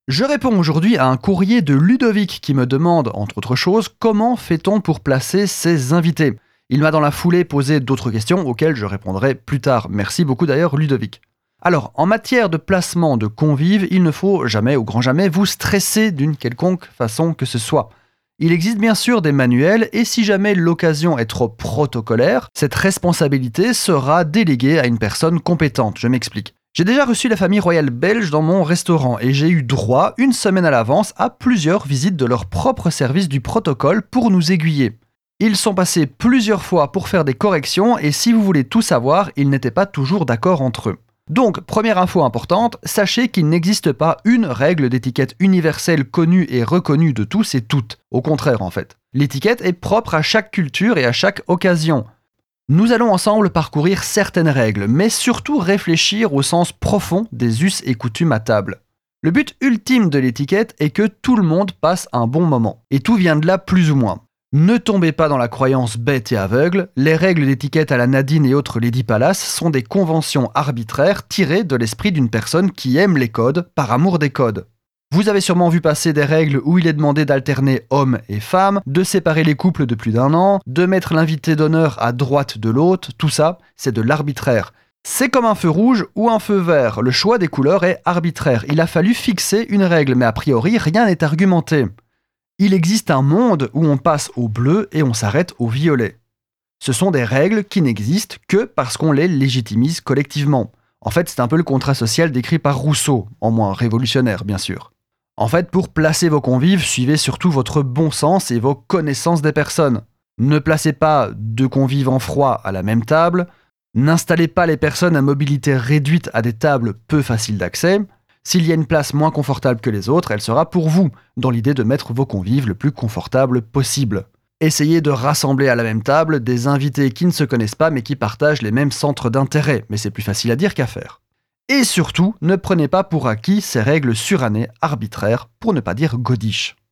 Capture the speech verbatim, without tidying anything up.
Je réponds aujourd'hui à un courrier de Ludovic qui me demande, entre autres choses, comment fait-on pour placer ses invités. Il m'a dans la foulée posé d'autres questions auxquelles je répondrai plus tard. Merci beaucoup d'ailleurs Ludovic. Alors, en matière de placement de convives, il ne faut jamais, au grand jamais, vous stresser d'une quelconque façon que ce soit. Il existe bien sûr des manuels et si jamais l'occasion est trop protocolaire, cette responsabilité sera déléguée à une personne compétente. Je m'explique. J'ai déjà reçu la famille royale belge dans mon restaurant et j'ai eu droit, une semaine à l'avance, à plusieurs visites de leur propre service du protocole pour nous aiguiller. Ils sont passés plusieurs fois pour faire des corrections et si vous voulez tout savoir, ils n'étaient pas toujours d'accord entre eux. Donc, première info importante, sachez qu'il n'existe pas une règle d'étiquette universelle connue et reconnue de tous et toutes. Au contraire, en fait. L'étiquette est propre à chaque culture et à chaque occasion. Nous allons ensemble parcourir certaines règles, mais surtout réfléchir au sens profond des us et coutumes à table. Le but ultime de l'étiquette est que tout le monde passe un bon moment. Et tout vient de là plus ou moins. Ne tombez pas dans la croyance bête et aveugle, les règles d'étiquette à la Nadine et autres Lady Palace sont des conventions arbitraires tirées de l'esprit d'une personne qui aime les codes par amour des codes. Vous avez sûrement vu passer des règles où il est demandé d'alterner hommes et femmes, de séparer les couples de plus d'un an, de mettre l'invité d'honneur à droite de l'hôte, tout ça, c'est de l'arbitraire. C'est comme un feu rouge ou un feu vert, le choix des couleurs est arbitraire. Il a fallu fixer une règle, mais a priori, rien n'est argumenté. Il existe un monde où on passe au bleu et on s'arrête au violet. Ce sont des règles qui n'existent que parce qu'on les légitimise collectivement. En fait, c'est un peu le contrat social décrit par Rousseau, en moins révolutionnaire bien sûr. En fait, pour placer vos convives, suivez surtout votre bon sens et vos connaissances des personnes. Ne placez pas deux convives en froid à la même table. N'installez pas les personnes à mobilité réduite à des tables peu faciles d'accès. S'il y a une place moins confortable que les autres, elle sera pour vous, dans l'idée de mettre vos convives le plus confortable possible. Essayez de rassembler à la même table des invités qui ne se connaissent pas mais qui partagent les mêmes centres d'intérêt, mais c'est plus facile à dire qu'à faire. Et surtout, ne prenez pas pour acquis ces règles surannées, arbitraires, pour ne pas dire godiches.